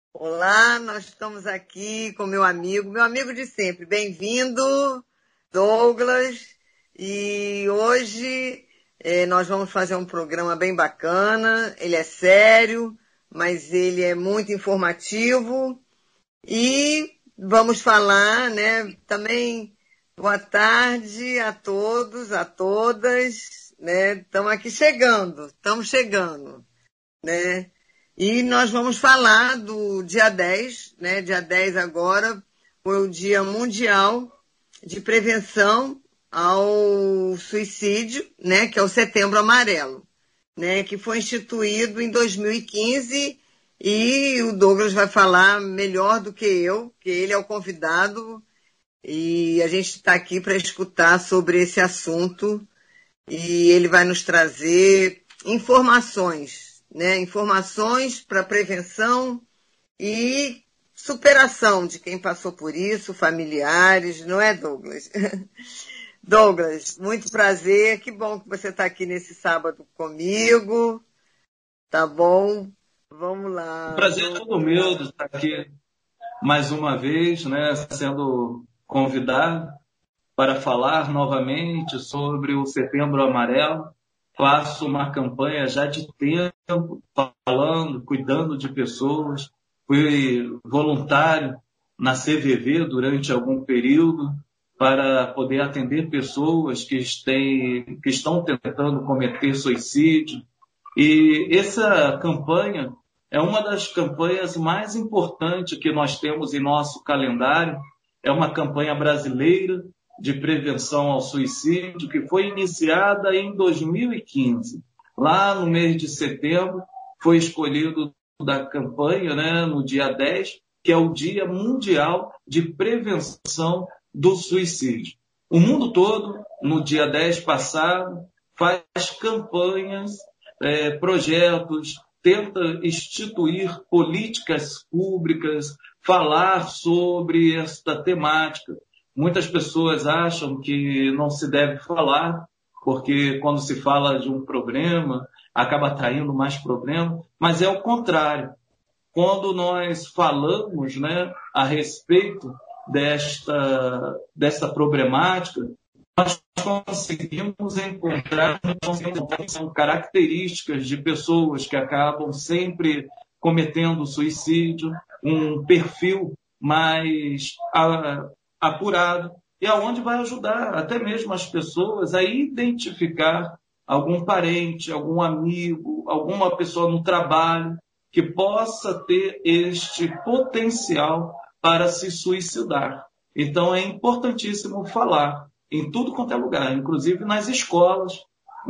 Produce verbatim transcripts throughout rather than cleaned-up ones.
Olá, nós estamos aqui com meu amigo, meu amigo de sempre. Bem-vindo, Douglas. E hoje eh, nós vamos fazer um programa bem bacana. Ele é sério, mas ele é muito informativo. E vamos falar, né? Também boa tarde a todos, a todas, né? Estamos aqui chegando, estamos chegando, né? E nós vamos falar do dia dez, né? Dia dez agora foi o Dia Mundial de Prevenção ao Suicídio, né? Que é o Setembro Amarelo, né? Que foi instituído em dois mil e quinze e o Douglas vai falar melhor do que eu, que ele é o convidado e a gente está aqui para escutar sobre esse assunto e ele vai nos trazer informações, né, informações para prevenção e superação de quem passou por isso, familiares, não é, Douglas? Douglas, muito prazer, que bom que você está aqui nesse sábado comigo, tá bom? Vamos lá. O prazer é todo meu de estar aqui mais uma vez, né, sendo convidado para falar novamente sobre o Setembro Amarelo. Faço uma campanha já de tempo, falando, cuidando de pessoas. Fui voluntário na C V V durante algum período para poder atender pessoas que, têm, que estão tentando cometer suicídio. E essa campanha é uma das campanhas mais importantes que nós temos em nosso calendário. É uma campanha brasileira de prevenção ao suicídio, que foi iniciada em dois mil e quinze. Lá no mês de setembro, foi escolhido da campanha, né, no dia dez, que é o Dia Mundial de Prevenção do Suicídio. O mundo todo, no dia dez passado, faz campanhas, é, projetos, tenta instituir políticas públicas, falar sobre esta temática. Muitas pessoas acham que não se deve falar, porque quando se fala de um problema, acaba atraindo mais problema, mas é o contrário. Quando nós falamos, né, a respeito desta, desta problemática, nós conseguimos encontrar são características de pessoas que acabam sempre cometendo suicídio, um perfil mais apurado, e aonde vai ajudar até mesmo as pessoas a identificar algum parente, algum amigo, alguma pessoa no trabalho que possa ter este potencial para se suicidar. Então é importantíssimo falar em tudo quanto é lugar, inclusive nas escolas,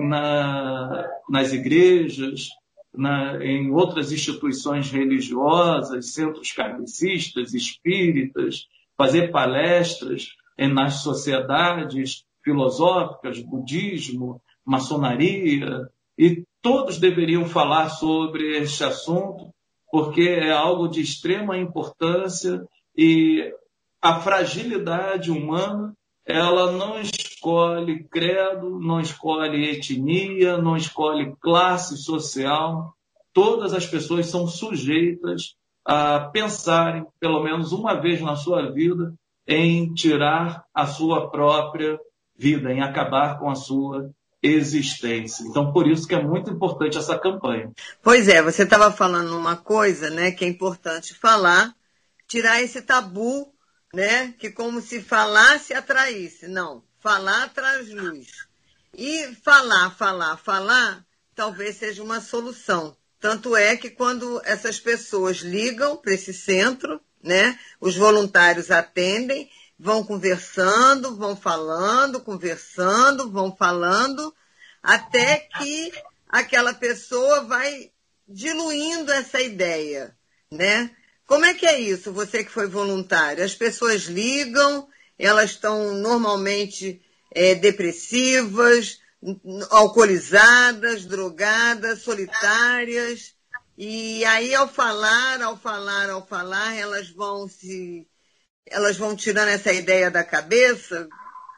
na, nas igrejas, na, em outras instituições religiosas, centros kardecistas, espíritas, fazer palestras nas sociedades filosóficas, budismo, maçonaria, e todos deveriam falar sobre este assunto, porque é algo de extrema importância e a fragilidade humana, ela não escolhe credo, não escolhe etnia, não escolhe classe social. Todas as pessoas são sujeitas a pensarem, pelo menos uma vez na sua vida, em tirar a sua própria vida, em acabar com a sua existência. Então, por isso que é muito importante essa campanha. Pois é, você estava falando uma coisa, né, que é importante falar, tirar esse tabu, né, que como se falasse atraísse. Não, falar traz luz. E falar, falar, falar, talvez seja uma solução. Tanto é que quando essas pessoas ligam para esse centro, né, os voluntários atendem, vão conversando, vão falando, conversando, vão falando, até que aquela pessoa vai diluindo essa ideia, né? Como é que é isso, você que foi voluntário? As pessoas ligam, elas estão normalmente é, depressivas, alcoolizadas, drogadas, solitárias, e aí ao falar, ao falar, ao falar, elas vão se, elas vão tirando essa ideia da cabeça?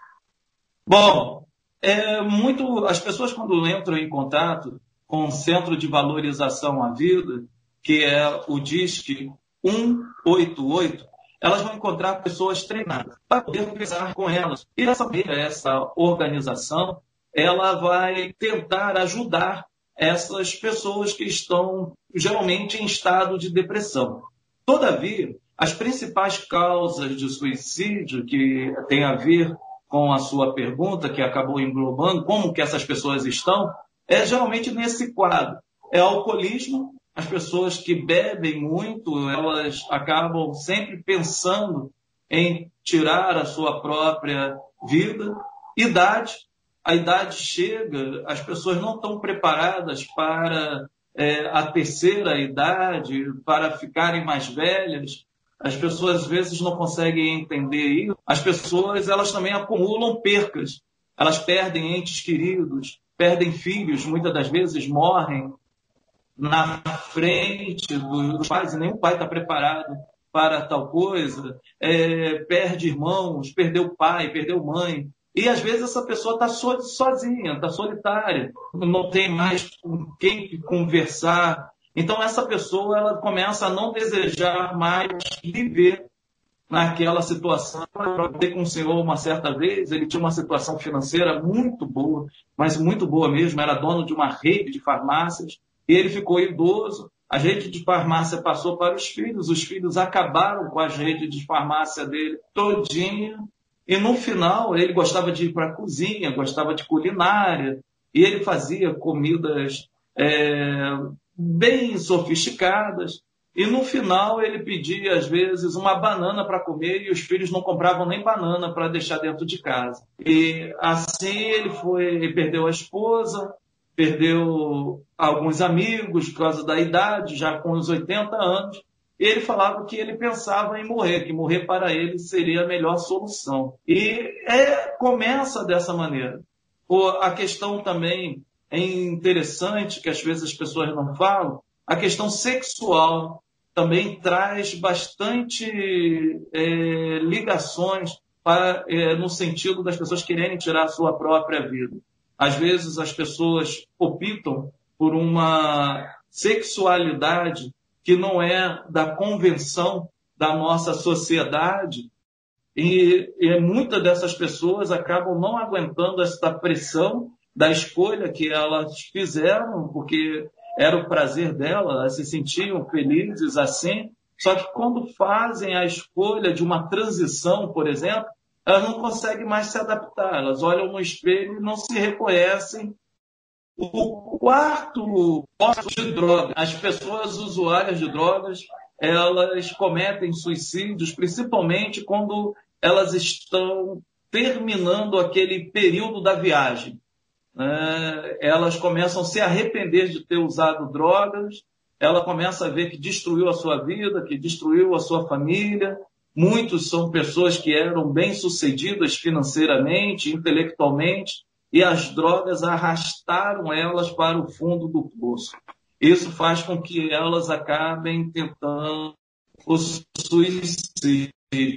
Bom, é muito, as pessoas quando entram em contato com o Centro de Valorização à Vida, que é o DISC, um oito oito, elas vão encontrar pessoas treinadas para poder conversar com elas. E essa, essa organização, ela vai tentar ajudar essas pessoas que estão geralmente em estado de depressão. Todavia, as principais causas de suicídio, que tem a ver com a sua pergunta, que acabou englobando como que essas pessoas estão, é geralmente nesse quadro. É alcoolismo. As pessoas que bebem muito, elas acabam sempre pensando em tirar a sua própria vida. Idade. A idade chega, as pessoas não estão preparadas para é, a terceira idade, para ficarem mais velhas. As pessoas às vezes não conseguem entender isso. As pessoas, elas também acumulam percas. Elas perdem entes queridos, perdem filhos, muitas das vezes morrem na frente dos pais, e nenhum pai está preparado para tal coisa. É, perde irmãos, perdeu pai, perdeu mãe. E às vezes essa pessoa está sozinha, está solitária, não tem mais com quem conversar. Então essa pessoa, ela começa a não desejar mais viver naquela situação. Eu falei com o senhor uma certa vez, ele tinha uma situação financeira muito boa, mas muito boa mesmo, era dono de uma rede de farmácias, e ele ficou idoso. A rede de farmácia passou para os filhos, os filhos acabaram com a rede de farmácia dele todinha, e no final ele gostava de ir para a cozinha, gostava de culinária, e ele fazia comidas é, bem sofisticadas, e no final ele pedia às vezes uma banana para comer, e os filhos não compravam nem banana para deixar dentro de casa. E assim ele foi, ele perdeu a esposa, perdeu alguns amigos por causa da idade, já com os oitenta anos. Ele falava que ele pensava em morrer, que morrer para ele seria a melhor solução. E é, começa dessa maneira. O, a questão também é interessante, que às vezes as pessoas não falam, a questão sexual também traz bastante é, ligações para, é, no sentido das pessoas quererem tirar a sua própria vida. Às vezes as pessoas optam por uma sexualidade que não é da convenção da nossa sociedade, e, e muitas dessas pessoas acabam não aguentando essa pressão da escolha que elas fizeram, porque era o prazer delas, elas se sentiam felizes assim, só que quando fazem a escolha de uma transição, por exemplo, elas não conseguem mais se adaptar, elas olham no espelho e não se reconhecem. O quarto ponto de drogas. As pessoas usuárias de drogas, elas cometem suicídios, principalmente quando elas estão terminando aquele período da viagem. É, elas começam a se arrepender de ter usado drogas, ela começa a ver que destruiu a sua vida, que destruiu a sua família. Muitos são pessoas que eram bem-sucedidas financeiramente, intelectualmente, e as drogas arrastaram elas para o fundo do poço. Isso faz com que elas acabem tentando o suicídio.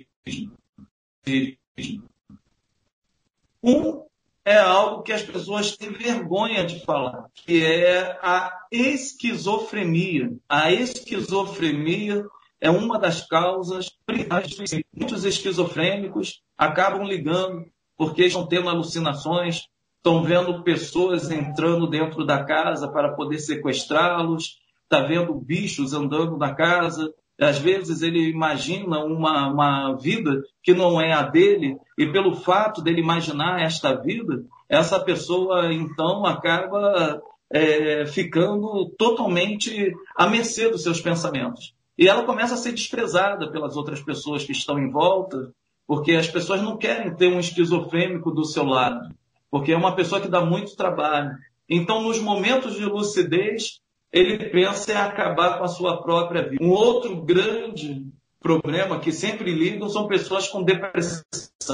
Um é algo que as pessoas têm vergonha de falar, que é a esquizofrenia. A esquizofrenia é uma das causas principais do suicídio. Muitos esquizofrênicos acabam ligando porque estão tendo alucinações, estão vendo pessoas entrando dentro da casa para poder sequestrá-los, está vendo bichos andando na casa. Às vezes ele imagina uma, uma vida que não é a dele, e pelo fato dele imaginar esta vida, essa pessoa então acaba é, ficando totalmente à mercê dos seus pensamentos. E ela começa a ser desprezada pelas outras pessoas que estão em volta, porque as pessoas não querem ter um esquizofrênico do seu lado, porque é uma pessoa que dá muito trabalho. Então, nos momentos de lucidez, ele pensa em acabar com a sua própria vida. Um outro grande problema que sempre lidam são pessoas com depressão.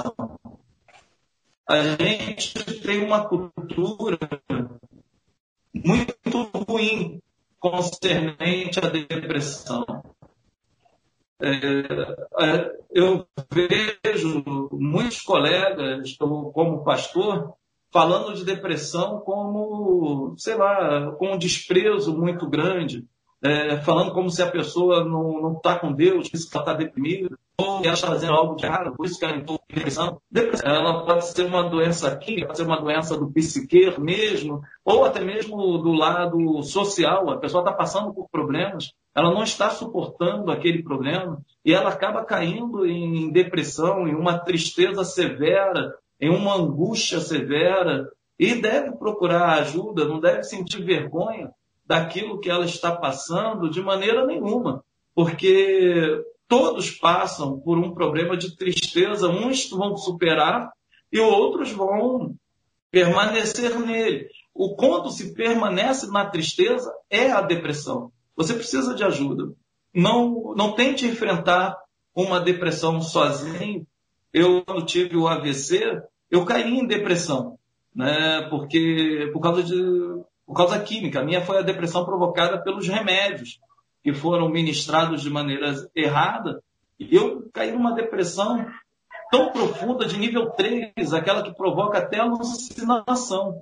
A gente tem uma cultura muito ruim concernente à depressão. É, eu vejo muitos colegas, como pastor, falando de depressão como, sei lá, com um desprezo muito grande. é, falando como se a pessoa não está com Deus, que ela está deprimida, ou que ela está fazendo algo de errado, por isso que ela entrou em depressão. Depressão, ela pode ser uma doença química, pode ser uma doença do psique mesmo, ou até mesmo do lado social. A pessoa está passando por problemas, ela não está suportando aquele problema, e ela acaba caindo em depressão, em uma tristeza severa, em uma angústia severa, e deve procurar ajuda, não deve sentir vergonha daquilo que ela está passando de maneira nenhuma, porque todos passam por um problema de tristeza, uns vão superar e outros vão permanecer nele. O quando se permanece na tristeza é a depressão. Você precisa de ajuda. Não, não tente enfrentar uma depressão sozinho. Eu, quando tive o A V C, eu caí em depressão, né? Porque por causa de por causa química. A minha foi a depressão provocada pelos remédios que foram ministrados de maneira errada. E eu caí numa depressão tão profunda, de nível três, aquela que provoca até alucinação.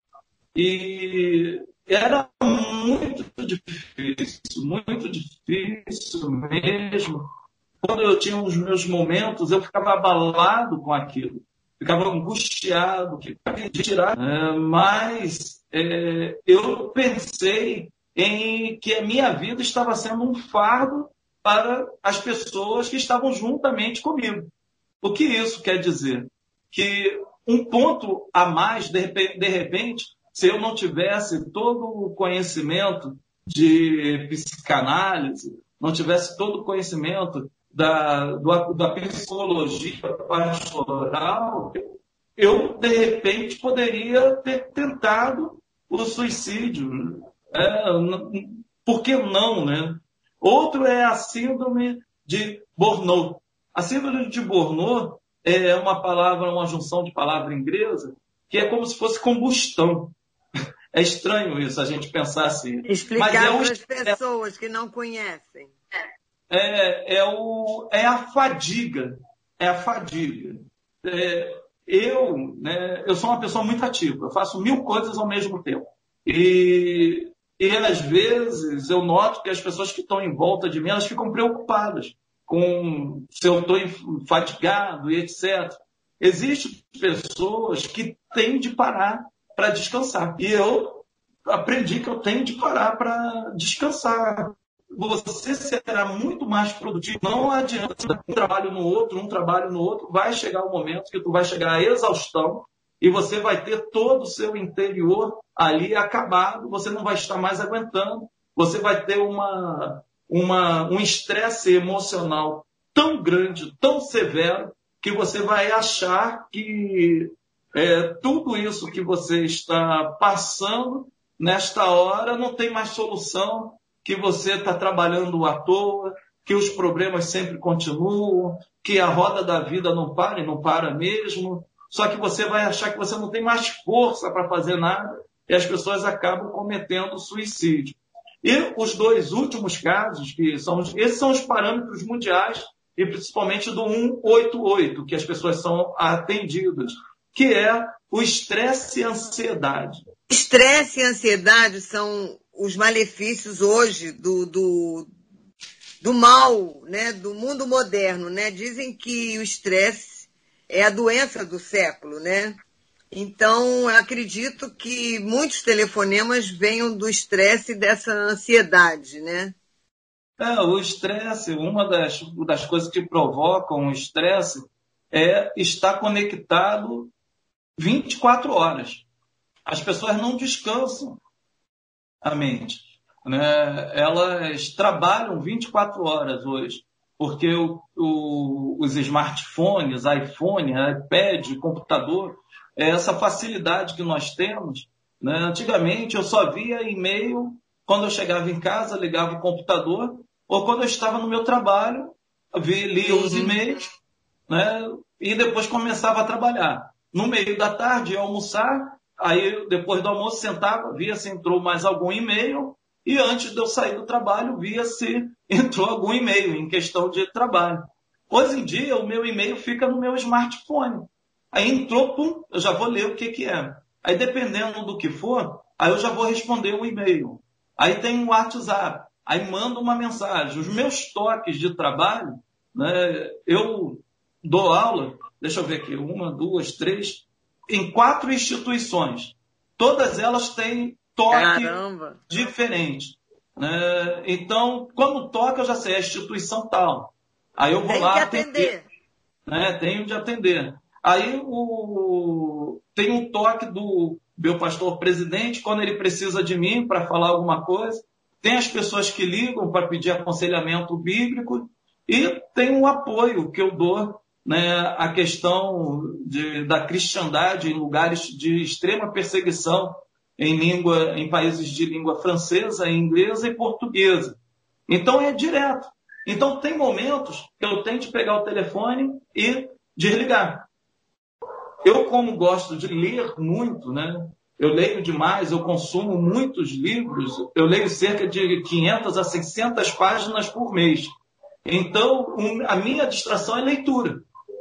E era muito difícil, muito difícil mesmo. Quando eu tinha os meus momentos, eu ficava abalado com aquilo. Ficava angustiado, que tirar. É, mas é, eu pensei em que a minha vida estava sendo um fardo para as pessoas que estavam juntamente comigo. O que isso quer dizer? Que um ponto a mais, de repente, de repente, se eu não tivesse todo o conhecimento de psicanálise, não tivesse todo o conhecimento da, do, da psicologia pastoral, eu, de repente, poderia ter tentado o suicídio. É, por que não, né? Outro é a síndrome de Burnout. A síndrome de Burnout é uma palavra, uma junção de palavra inglesa, que é como se fosse combustão. É estranho isso, a gente pensar assim. Explicar para é as pessoas que não conhecem. É, é, o, é a fadiga. É a fadiga. É, eu, né, eu sou uma pessoa muito ativa. Eu faço mil coisas ao mesmo tempo. E, e às vezes eu noto que as pessoas que estão em volta de mim, elas ficam preocupadas com se eu estou fatigado e etcétera. Existem pessoas que têm de parar para descansar. E eu aprendi que eu tenho de parar para descansar. Você será muito mais produtivo. Não adianta um trabalho no outro, um trabalho no outro. Vai chegar o momento que tu vai chegar à exaustão e você vai ter todo o seu interior ali acabado. Você não vai estar mais aguentando. Você vai ter uma, uma, um estresse emocional tão grande, tão severo, que você vai achar que é, tudo isso que você está passando nesta hora não tem mais solução, que você está trabalhando à toa, que os problemas sempre continuam, que a roda da vida não para e não para mesmo. Só que você vai achar que você não tem mais força para fazer nada e as pessoas acabam cometendo suicídio. E os dois últimos casos, que são, esses são os parâmetros mundiais, e principalmente do cento e oitenta e oito, que as pessoas são atendidas, que é o estresse e a ansiedade. Estresse e ansiedade são os malefícios hoje do, do, do mal, né, do mundo moderno, né? Dizem que o estresse é a doença do século, né? Então, eu acredito que muitos telefonemas venham do estresse e dessa ansiedade, né? É, o estresse, uma das, das coisas que provocam o estresse é estar conectado vinte e quatro horas. As pessoas não descansam a mente, né? Elas trabalham vinte e quatro horas hoje, porque o, o, os smartphones, iPhone, iPad, computador, é essa facilidade que nós temos, né? Antigamente eu só via e-mail quando eu chegava em casa, ligava o computador, ou quando eu estava no meu trabalho, via, lia os e-mails, né? E depois começava a trabalhar. No meio da tarde, ia almoçar, aí depois do almoço sentava, via se entrou mais algum e-mail, e antes de eu sair do trabalho, via se entrou algum e-mail em questão de trabalho. Hoje em dia, o meu e-mail fica no meu smartphone. Aí entrou, pum, eu já vou ler o que, que é. Aí dependendo do que for, aí eu já vou responder o e-mail. Aí tem o WhatsApp. aí manda uma mensagem. Os meus toques de trabalho, né, eu dou aula, deixa eu ver aqui, uma, duas, três, em quatro instituições. Todas elas têm toque Caramba. diferente. Né? Então, quando toca, eu já sei, é a instituição tal. Aí eu vou Tem lá que atender. atender. Né? Tenho de atender. Aí o... tem um toque do meu pastor presidente, quando ele precisa de mim para falar alguma coisa. Tem as pessoas que ligam para pedir aconselhamento bíblico. E tem um apoio que eu dou, né, à questão de, da cristandade em lugares de extrema perseguição, em, língua, em países de língua francesa, inglesa e portuguesa. Então é direto. Então tem momentos que eu tenho de pegar o telefone e desligar. Eu, como gosto de ler muito, né? Eu leio demais, eu consumo muitos livros, eu leio cerca de quinhentas a seiscentas páginas por mês. Então, a minha distração é leitura.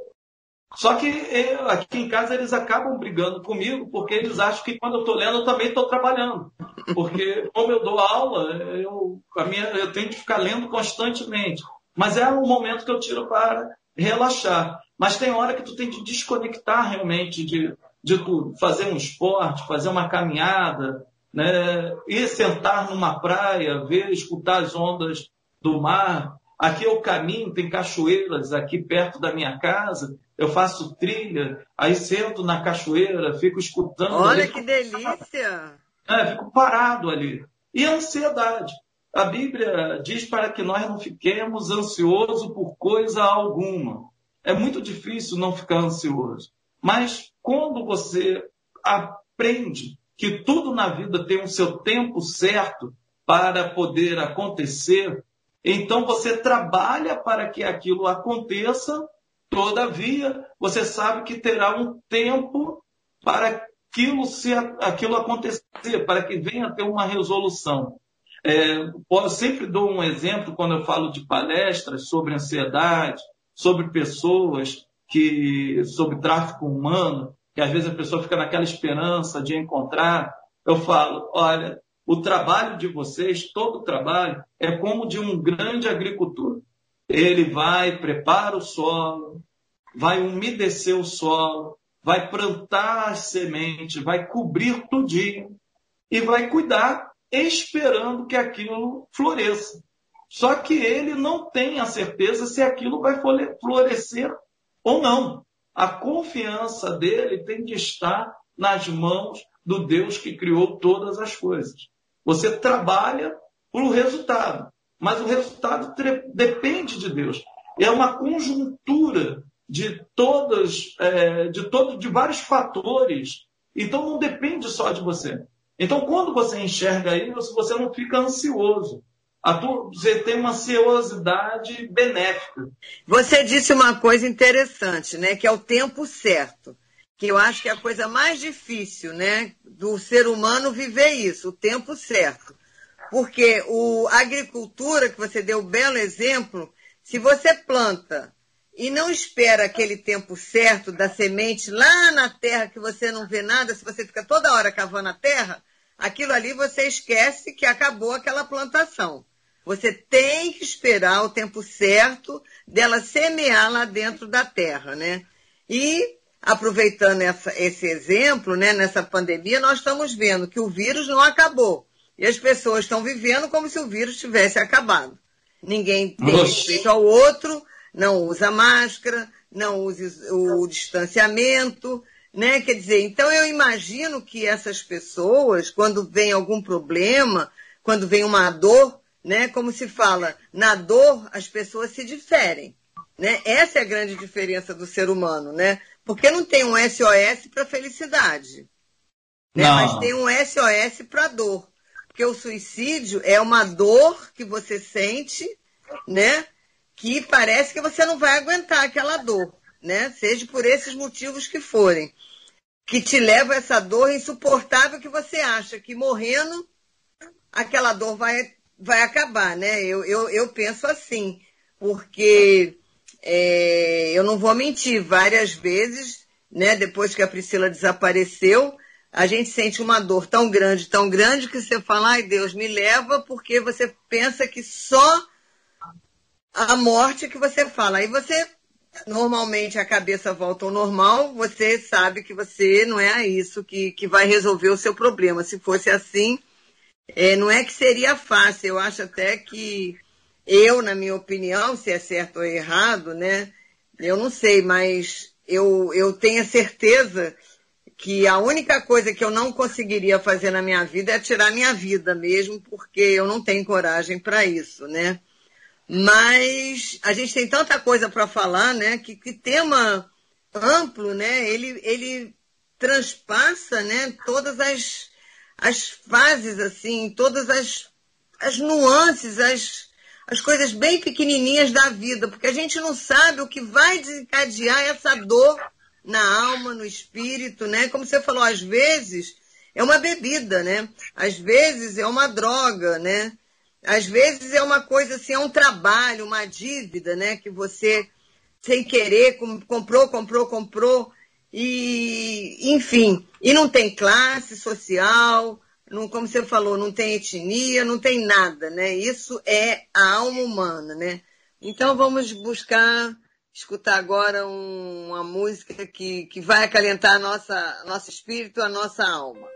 Só que eu, aqui em casa eles acabam brigando comigo, porque eles acham que quando eu estou lendo eu também estou trabalhando. Porque como eu dou aula, eu, a minha, eu tenho que ficar lendo constantemente. Mas é um momento que eu tiro para relaxar. Mas tem hora que tu tem que desconectar realmente de, de tudo. Fazer um esporte, fazer uma caminhada, né? Ir sentar numa praia, ver, escutar as ondas do mar. Aqui eu caminho, tem cachoeiras aqui perto da minha casa. Eu faço trilha, aí sento na cachoeira, fico escutando. Olha ali, que delícia! É, fico parado ali. E a ansiedade. A Bíblia diz para que nós não fiquemos ansiosos por coisa alguma. É muito difícil não ficar ansioso. Mas quando você aprende que tudo na vida tem o seu tempo certo para poder acontecer, então você trabalha para que aquilo aconteça. Todavia, você sabe que terá um tempo para aquilo, se, aquilo acontecer, para que venha a ter uma resolução. É, eu sempre dou um exemplo quando eu falo de palestras sobre ansiedade, sobre pessoas, que, sobre tráfico humano, que às vezes a pessoa fica naquela esperança de encontrar. Eu falo, olha, o trabalho de vocês, todo o trabalho, é como de um grande agricultor. Ele vai, prepara o solo, vai umedecer o solo, vai plantar as sementes, vai cobrir tudinho e vai cuidar, esperando que aquilo floresça. Só que ele não tem a certeza se aquilo vai florescer ou não. A confiança dele tem de estar nas mãos do Deus que criou todas as coisas. Você trabalha para o resultado, mas o resultado depende de Deus. É uma conjuntura de todas, é, de todo, de vários fatores. Então não depende só de você. Então quando você enxerga isso, você não fica ansioso. Você tem uma ansiosidade benéfica. Você disse uma coisa interessante, né? Que é o tempo certo. Que eu acho que é a coisa mais difícil, né? Do ser humano viver isso, o tempo certo. Porque o, a agricultura, que você deu um belo exemplo, se você planta e não espera aquele tempo certo da semente lá na terra que você não vê nada, se você fica toda hora cavando a terra, aquilo ali você esquece que acabou aquela plantação. Você tem que esperar o tempo certo dela semear lá dentro da terra, né? E, aproveitando essa, esse exemplo, né, nessa pandemia, nós estamos vendo que o vírus não acabou. E as pessoas estão vivendo como se o vírus tivesse acabado. Ninguém tem Nossa. respeito ao outro, não usa máscara, não usa o distanciamento, né? Quer dizer, então eu imagino que essas pessoas, quando vem algum problema, quando vem uma dor, né? Como se fala, na dor as pessoas se diferem, né? Essa é a grande diferença do ser humano, né? Porque não tem um S O S para felicidade, né? Mas tem um S O S para dor. Porque o suicídio é uma dor que você sente, né? Que parece que você não vai aguentar aquela dor, né? Seja por esses motivos que forem. Que te leva a essa dor insuportável que você acha que morrendo aquela dor vai, vai acabar, né? Eu, eu, eu penso assim, porque é, eu não vou mentir, várias vezes, né? Depois que a Priscila desapareceu, a gente sente uma dor tão grande, tão grande, que você fala, ai Deus, me leva, porque você pensa que só a morte que você fala. Aí você, normalmente, a cabeça volta ao normal, você sabe que você não é isso que, que vai resolver o seu problema. Se fosse assim, é, não é que seria fácil. Eu acho até que eu, na minha opinião, se é certo ou errado, né? Eu não sei, mas eu, eu tenho a certeza que a única coisa que eu não conseguiria fazer na minha vida é tirar minha vida mesmo, porque eu não tenho coragem para isso, né? Mas a gente tem tanta coisa para falar, né? Que, que tema amplo, né? Ele, ele transpassa, né? Todas as, as fases, assim, todas as, as nuances, as, as coisas bem pequenininhas da vida, porque a gente não sabe o que vai desencadear essa dor na alma, no espírito, né? Como você falou, às vezes é uma bebida, né? Às vezes é uma droga, né? Às vezes é uma coisa assim, é um trabalho, uma dívida, né? Que você, sem querer, comprou, comprou, comprou, e, enfim, e não tem classe social, não, como você falou, não tem etnia, não tem nada, né? Isso é a alma humana, né? Então vamos buscar escutar agora um, uma música que, que vai acalentar a nossa, nosso espírito, a nossa alma.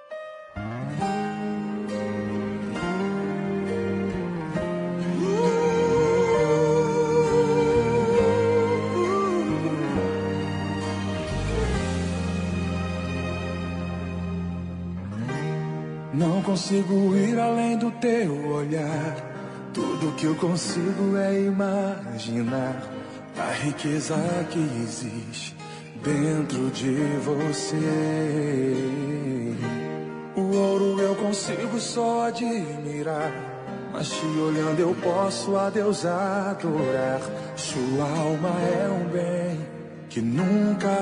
Não consigo ir além do teu olhar. Tudo que eu consigo é imaginar a riqueza que existe dentro de você. O ouro eu consigo só admirar, mas te olhando eu posso a Deus adorar. Sua alma é um bem que nunca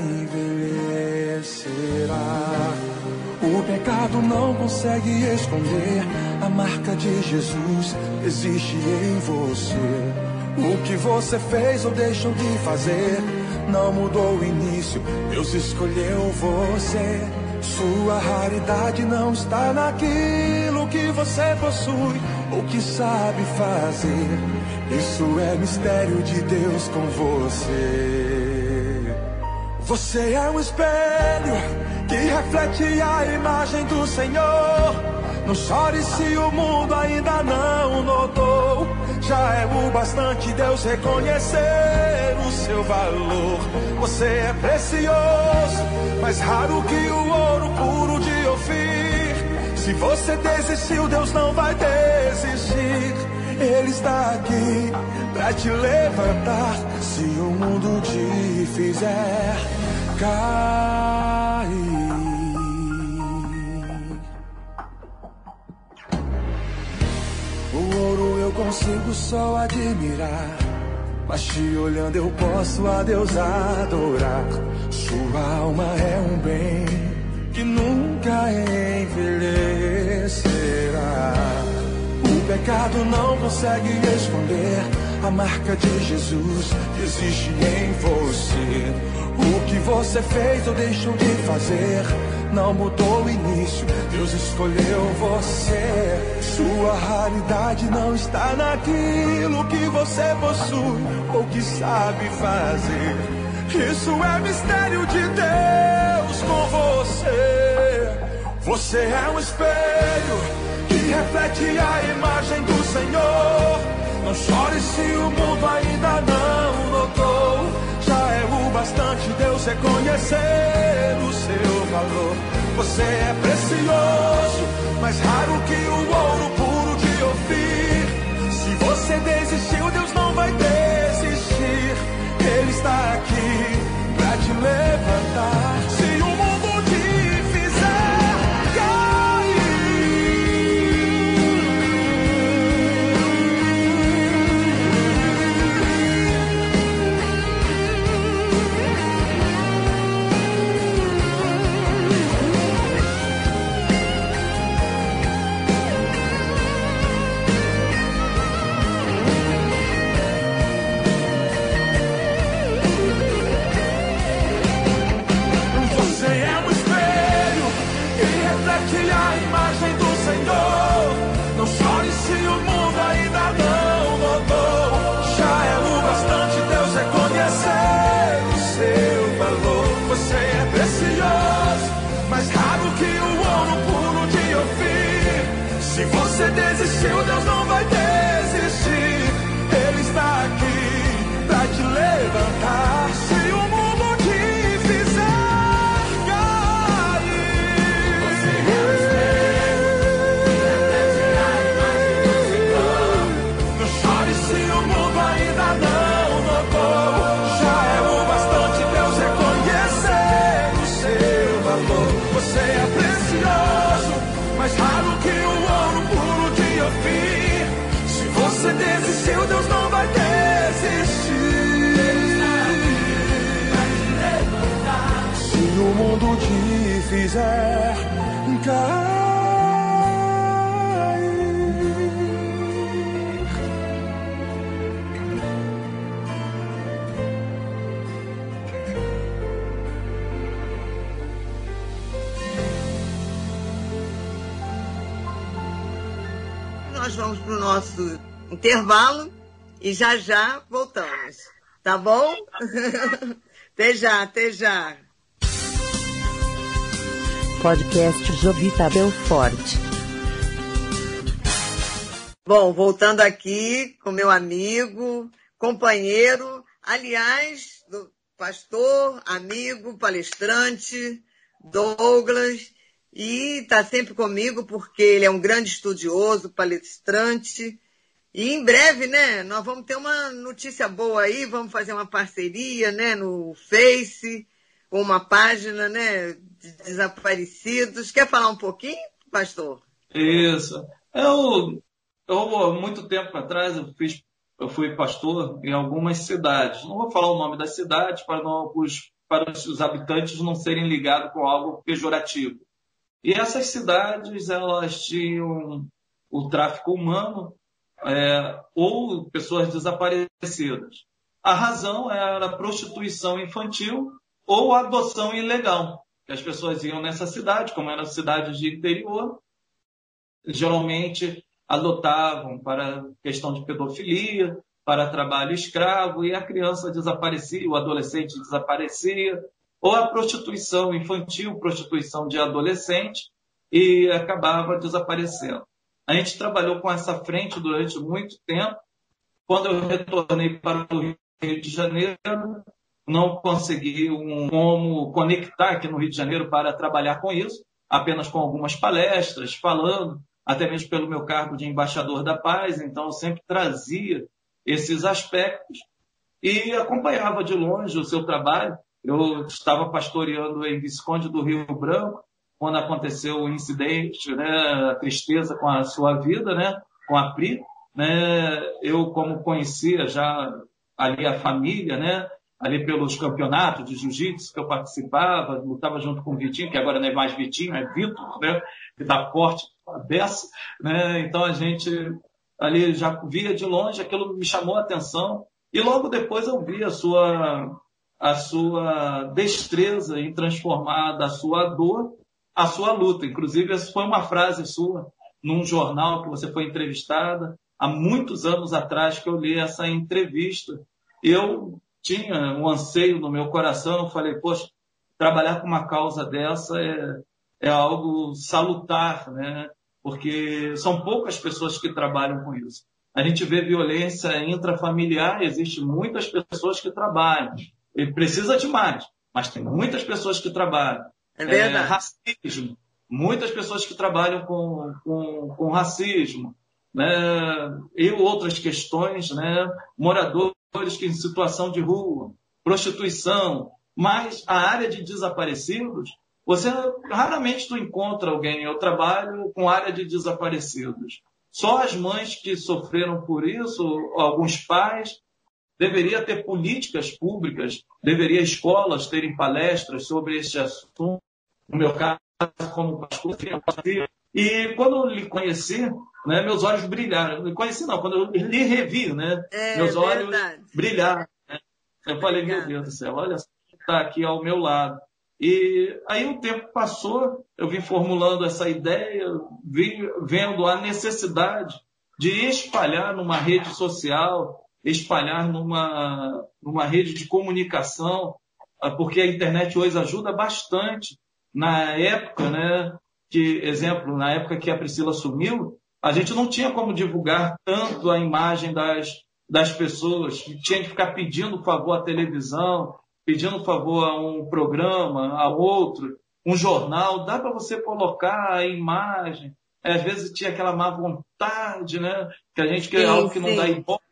envelhecerá. O pecado não consegue esconder a marca de Jesus existe em você. O que você fez ou deixou de fazer não mudou o início, Deus escolheu você. Sua raridade não está naquilo que você possui ou que sabe fazer. Isso é mistério de Deus com você. Você é um espelho que reflete a imagem do Senhor. Não chore se o mundo ainda não notou. Já é o bastante Deus reconhecer o seu valor. Você é precioso, mais raro que o ouro puro de Ofir. Se você desistiu, Deus não vai desistir. Ele está aqui pra te levantar. Se o mundo te fizer cair. O ouro eu consigo só admirar, mas te olhando eu posso a Deus adorar. Sua alma é um bem que nunca envelhecerá. O pecado não consegue esconder a marca de Jesus que existe em você. O que você fez ou deixou de fazer não mudou o início, Deus escolheu você. Sua raridade não está naquilo que você possui ou que sabe fazer. Isso é mistério de Deus com você. Você é um espelho que reflete a imagem do Senhor. Não chore se o mundo ainda não notou. Já é o bastante Deus reconhecer o seu valor. Você é precioso, mais raro que o ouro puro de Ofir. Se você desistiu, Deus não vai desistir. Ele está aqui pra te levantar. Se o mundo te fizer ainda não notou. Já é o bastante Deus reconhecer o seu valor. Você é precioso, mais raro que o ouro puro de Ofir. Se você desistiu, Deus não vai desistir. Se o mundo te fizer cair, nós vamos para o nosso intervalo e já já voltamos. Tá bom? Até já, até já. Podcast Jovita Belfort. Bom, voltando aqui com meu amigo, companheiro, aliás, do pastor, amigo, palestrante, Douglas, e está sempre comigo porque ele é um grande estudioso, palestrante, e em breve, né, nós vamos ter uma notícia boa aí, vamos fazer uma parceria, né, no Face, com uma página, né, de desaparecidos. Quer falar um pouquinho, pastor? Isso. Eu, eu há muito tempo atrás, eu, fiz, eu fui pastor em algumas cidades. Não vou falar o nome das cidades para, não, os, para os habitantes não serem ligados com algo pejorativo. E essas cidades, elas tinham o tráfico humano é, ou pessoas desaparecidas. A razão era a prostituição infantil ou a adoção ilegal. Que as pessoas iam nessa cidade, como eram cidades de interior, geralmente adotavam para questão de pedofilia, para trabalho escravo, e a criança desaparecia, o adolescente desaparecia, ou a prostituição infantil, prostituição de adolescente, e acabava desaparecendo. A gente trabalhou com essa frente durante muito tempo. Quando eu retornei para o Rio de Janeiro, não consegui um, como conectar aqui no Rio de Janeiro para trabalhar com isso, apenas com algumas palestras, falando, até mesmo pelo meu cargo de embaixador da paz, então eu sempre trazia esses aspectos e acompanhava de longe o seu trabalho. Eu estava pastoreando em Visconde do Rio Branco, quando aconteceu o incidente, né, a tristeza com a sua vida, né, com a Pri, né, eu como conhecia já ali a família, né, ali pelos campeonatos de jiu-jitsu que eu participava, lutava junto com o Vitinho, que agora não é mais Vitinho, é Vitor, né, que dá forte a beça, né, então a gente ali já via de longe, aquilo me chamou a atenção, e logo depois eu vi a sua, a sua destreza em transformar da sua dor a sua luta. Inclusive, essa foi uma frase sua num jornal que você foi entrevistada há muitos anos atrás, que eu li essa entrevista. Eu tinha um anseio no meu coração, eu falei, poxa, trabalhar com uma causa dessa é, é algo salutar, né? Porque são poucas pessoas que trabalham com isso. A gente vê violência intrafamiliar, existe muitas pessoas que trabalham. E precisa de mais, mas tem muitas pessoas que trabalham. É verdade. É, racismo, muitas pessoas que trabalham com, com, com racismo, né? E outras questões, né? Moradores que em situação de rua, prostituição, mas a área de desaparecidos, você raramente tu encontra alguém. Eu trabalho com área de desaparecidos. Só as mães que sofreram por isso, alguns pais. Deveria ter políticas públicas, deveria escolas terem palestras sobre este assunto. No meu caso, como pastor, e quando eu lhe conheci, né, meus olhos brilharam. Não conheci não, quando eu lhe revi, né, é, meus olhos verdade. brilharam. Né? Eu falei, Obrigada. Meu Deus do céu, olha, está aqui ao meu lado. E aí o tempo passou, eu vim formulando essa ideia, vim vendo a necessidade de espalhar numa rede social, espalhar numa, numa rede de comunicação, porque a internet hoje ajuda bastante. Na época, né, que, exemplo, na época que a Priscila sumiu, a gente não tinha como divulgar tanto a imagem das, das pessoas, tinha que ficar pedindo favor à televisão, pedindo favor a um programa, a outro, um jornal, dá para você colocar a imagem. Às vezes tinha aquela má vontade, né, que a gente quer algo que não dá ibope.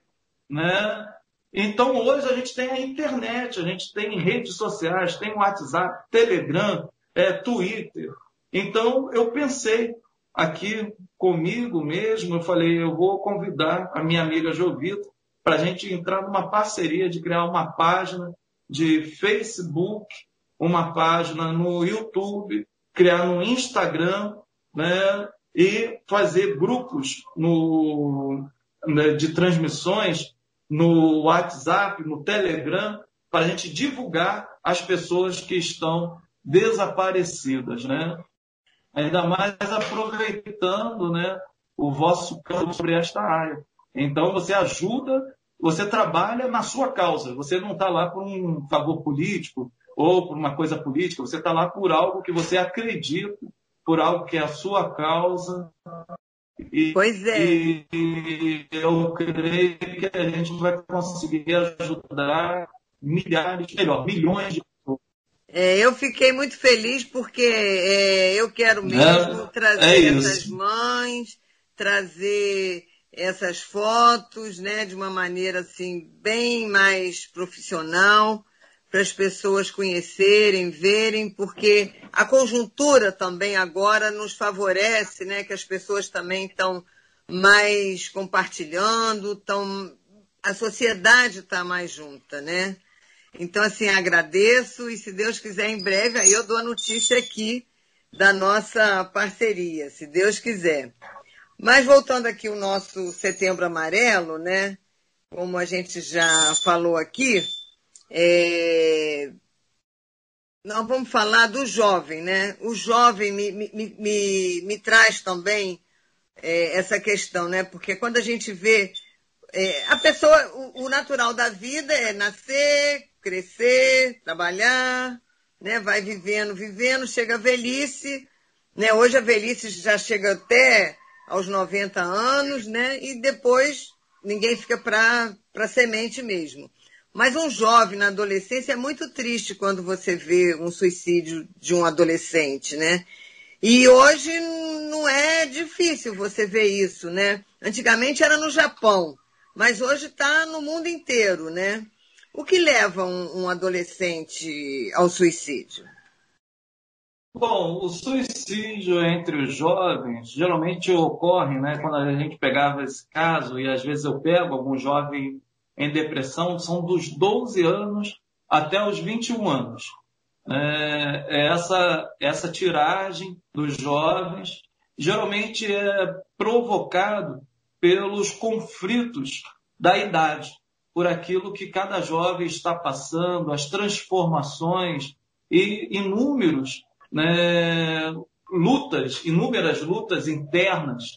né? Então, hoje a gente tem a internet, a gente tem redes sociais, tem o WhatsApp, Telegram, é, Twitter. Então, eu pensei aqui comigo mesmo, eu falei, eu vou convidar a minha amiga Jovita para a gente entrar numa parceria de criar uma página de Facebook, uma página no YouTube, criar no Instagram, né, e fazer grupos no, né, de transmissões no WhatsApp, no Telegram, para a gente divulgar as pessoas que estão desaparecidas, né? Ainda mais aproveitando, né, o vosso campo sobre esta área. Então, você ajuda, você trabalha na sua causa. Você não está lá por um favor político ou por uma coisa política. Você está lá por algo que você acredita, por algo que é a sua causa. E, pois é. E eu creio que a gente vai conseguir ajudar milhares, melhor, milhões de pessoas. É, eu fiquei muito feliz porque é, eu quero mesmo é, trazer é essas mães, trazer essas fotos, né, de uma maneira assim bem mais profissional, para as pessoas conhecerem, verem, porque a conjuntura também agora nos favorece, né, que as pessoas também estão mais compartilhando, tão, a sociedade está mais junta, né? Então, assim, agradeço e, se Deus quiser, em breve, aí eu dou a notícia aqui da nossa parceria, se Deus quiser. Mas, voltando aqui ao nosso Setembro Amarelo, né? Como a gente já falou aqui, é... nós vamos falar do jovem, né? O jovem me, me, me, me traz também é, essa questão, né? Porque quando a gente vê é, a pessoa, o, o natural da vida é nascer, crescer, trabalhar, né? Vai vivendo, vivendo, chega a velhice, né? Hoje a velhice já chega até aos noventa anos, né? E depois ninguém fica para para semente mesmo. Mas um jovem na adolescência é muito triste quando você vê um suicídio de um adolescente, né? E hoje não é difícil você ver isso, né? Antigamente era no Japão, mas hoje está no mundo inteiro, né? O que leva um, um adolescente ao suicídio? Bom, o suicídio entre os jovens geralmente ocorre, né, quando a gente pegava esse caso, e às vezes eu pego algum jovem em depressão, são dos doze anos até os vinte e um anos. É, essa, essa tiragem dos jovens geralmente é provocado pelos conflitos da idade, por aquilo que cada jovem está passando, as transformações e inúmeros, né, lutas, inúmeras lutas internas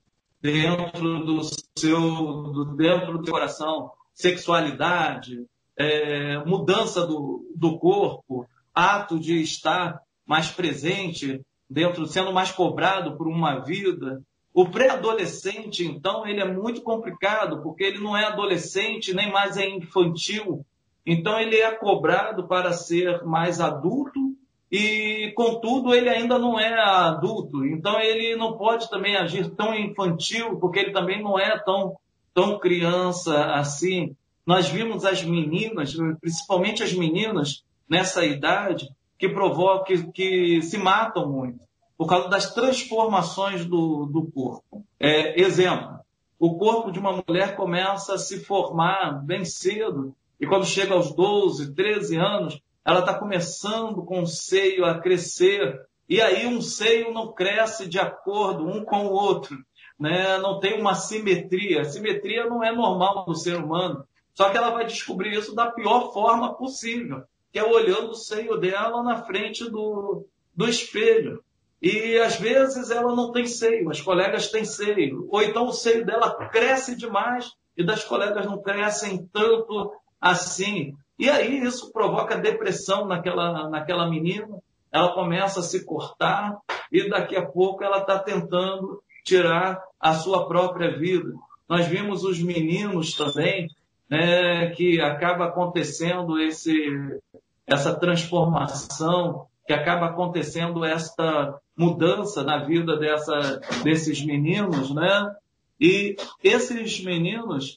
dentro do seu, do, dentro do seu coração, sexualidade, é, mudança do, do corpo, ato de estar mais presente dentro, sendo mais cobrado por uma vida. O pré-adolescente, então, ele é muito complicado, porque ele não é adolescente, nem mais é infantil. Então, ele é cobrado para ser mais adulto e, contudo, ele ainda não é adulto. Então, ele não pode também agir tão infantil, porque ele também não é tão, tão criança assim. Nós vimos as meninas, principalmente as meninas nessa idade, que provocam, que, que se matam muito, por causa das transformações do, do corpo. É, exemplo, o corpo de uma mulher começa a se formar bem cedo, e quando chega aos doze, treze anos, ela está começando com o seio a crescer, e aí um seio não cresce de acordo um com o outro, né? Não tem uma simetria. A simetria não é normal no ser humano, só que ela vai descobrir isso da pior forma possível, que é olhando o seio dela na frente do, do espelho. E, às vezes, ela não tem seio, as colegas têm seio. Ou então o seio dela cresce demais e das colegas não crescem tanto assim. E aí isso provoca depressão naquela, naquela menina. Ela começa a se cortar e daqui a pouco ela está tentando tirar a sua própria vida. Nós vimos os meninos também, né, que acaba acontecendo esse, essa transformação, que acaba acontecendo esta mudança na vida dessa, desses meninos, né? E esses meninos,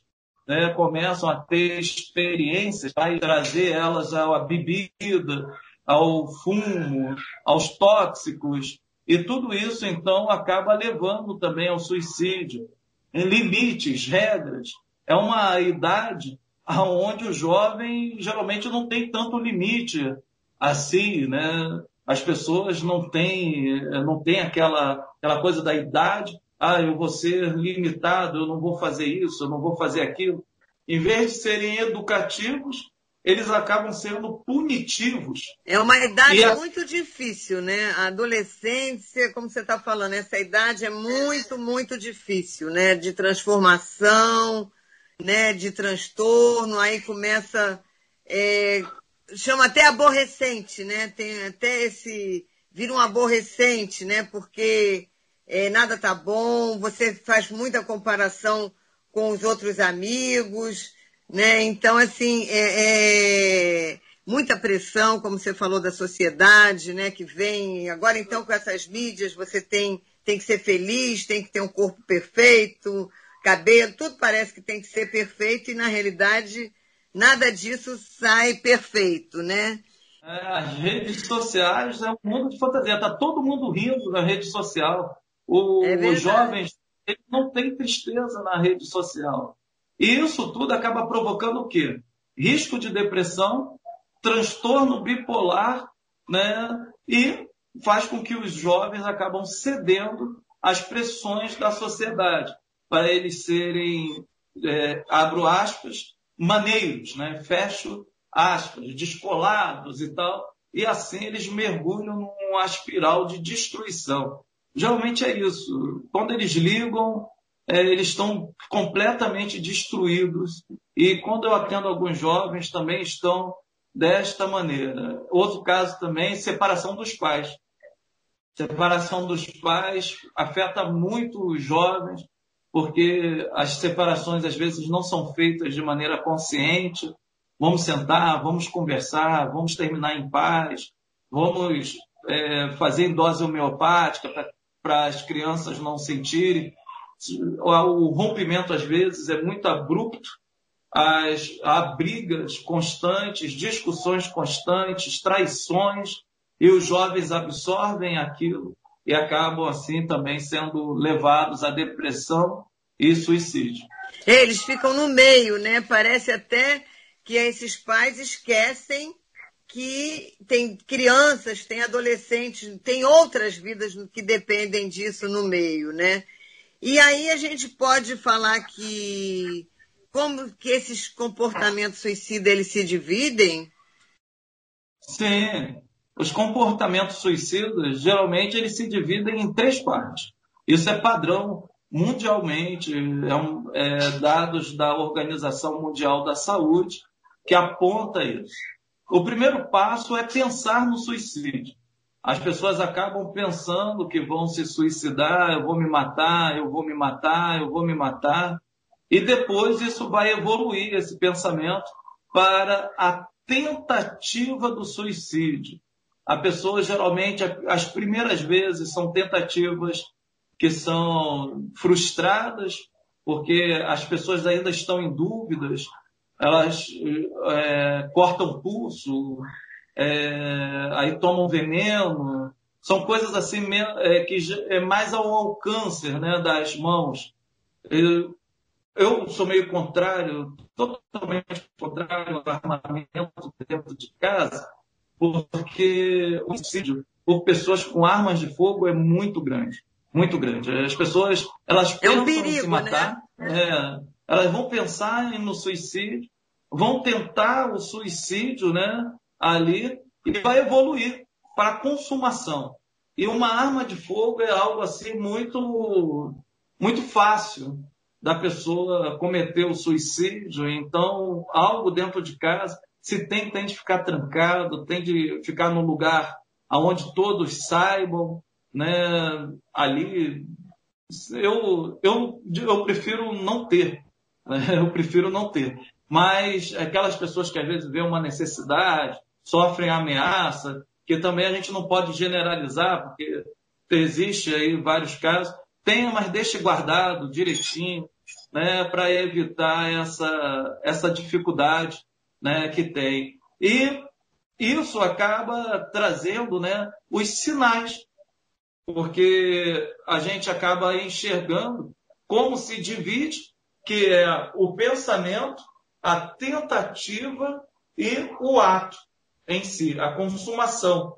né, começam a ter experiências, vai trazer elas à bebida, ao fumo, aos tóxicos, e tudo isso, então, acaba levando também ao suicídio. Em limites, regras. É uma idade onde o jovem geralmente não tem tanto limite assim, né? As pessoas não têm, não têm aquela, aquela coisa da idade, ah, eu vou ser limitado, eu não vou fazer isso, eu não vou fazer aquilo. Em vez de serem educativos, eles acabam sendo punitivos. É uma idade a... muito difícil, né? A adolescência, como você está falando, essa idade é muito, muito difícil, né? De transformação, né? De transtorno, aí começa... É... chama até aborrecente, né? Tem até esse... vira um aborrecente, né? Porque é, nada tá bom, você faz muita comparação com os outros amigos, né? Então, assim, é, é muita pressão, como você falou, da sociedade, né? Que vem agora, então, com essas mídias, você tem, tem que ser feliz, tem que ter um corpo perfeito, cabelo, tudo parece que tem que ser perfeito e, na realidade, nada disso sai perfeito, né? É, as redes sociais é um mundo de fantasia. Está todo mundo rindo na rede social. O, é os jovens eles não têm tristeza na rede social. E isso tudo acaba provocando o quê? Risco de depressão, transtorno bipolar, né? E faz com que os jovens acabam cedendo às pressões da sociedade para eles serem, é, abro aspas, maneiros, né? Fecho aspas, descolados e tal, e assim eles mergulham numa espiral de destruição. Geralmente é isso. Quando eles ligam, é, eles estão completamente destruídos. E quando eu atendo alguns jovens, também estão desta maneira. Outro caso também, separação dos pais. Separação dos pais afeta muito os jovens, porque as separações às vezes não são feitas de maneira consciente. Vamos sentar, vamos conversar, vamos terminar em paz, vamos é, fazer em dose homeopática para as crianças não sentirem. O rompimento, às vezes, é muito abrupto, as, há brigas constantes, discussões constantes, traições, e os jovens absorvem aquilo e acabam, assim, também sendo levados à depressão e suicídio. Eles ficam no meio, né? Parece até que esses pais esquecem que tem crianças, tem adolescentes, tem outras vidas que dependem disso no meio, né? E aí a gente pode falar que como que esses comportamentos suicidas eles se dividem? Sim, os comportamentos suicidas geralmente eles se dividem em três partes. Isso é padrão mundialmente, é, um, é dados da Organização Mundial da Saúde que aponta isso. O primeiro passo é pensar no suicídio. As pessoas acabam pensando que vão se suicidar, eu vou me matar, eu vou me matar, eu vou me matar. E depois isso vai evoluir, esse pensamento, para a tentativa do suicídio. A pessoa, geralmente, as primeiras vezes são tentativas que são frustradas, porque as pessoas ainda estão em dúvidas, elas é, cortam pulso, é, aí tomam veneno, são coisas assim é, que é mais ao alcance, né, das mãos. Eu, eu sou meio contrário, totalmente contrário ao armamento dentro de casa, porque o suicídio por pessoas com armas de fogo é muito grande, muito grande. As pessoas, elas é pensam um perigo, em se matar, né? é, elas vão pensar no suicídio, vão tentar o suicídio, né, ali, e vai evoluir para a consumação. E uma arma de fogo é algo assim muito, muito fácil da pessoa cometer o suicídio. Então, algo dentro de casa, se tem, tem de ficar trancado, tem de ficar num lugar onde todos saibam, né, ali. Eu, eu, eu prefiro não ter, né? Eu prefiro não ter. Mas aquelas pessoas que às vezes vêem uma necessidade, sofrem ameaça, que também a gente não pode generalizar, porque existe aí vários casos, tenha, mas deixe guardado direitinho, né, para evitar essa, essa dificuldade, né, que tem. E isso acaba trazendo, né, os sinais, porque a gente acaba enxergando como se divide, que é o pensamento, a tentativa e o ato em si, a consumação.